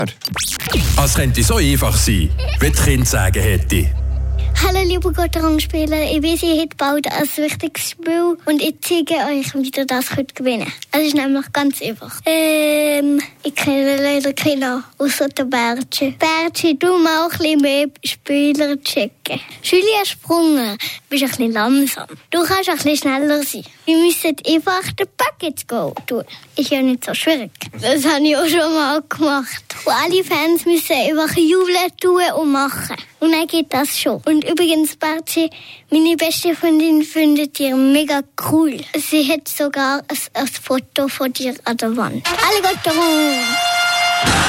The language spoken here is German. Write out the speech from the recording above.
Es könnte so einfach sein, wie die Kinder sagen hätte. Hallo liebe Gotterang-Spieler, ich weiß, ihr habt bald ein wichtiges Spiel und ich zeige euch, wie ihr das gewinnen könnt. Es ist nämlich ganz einfach. Ich kenne leider keinen, außer der Bertschi. Bertschi, du mal auch ein bisschen mehr Spieler checken. Julia Sprunger, du bist ein bisschen langsam. Du kannst ein bisschen schneller sein. Wir müssen einfach den Bucket Go tun. Ist ja nicht so schwierig. Das habe ich auch schon mal gemacht. Und alle Fans müssen einfach jubeln, tun und machen. Und dann geht das schon. Und übrigens, Bertschi, meine beste Freundin findet dir mega cool. Sie hat sogar ein Foto von dir an der Wand. Alle Gott darum!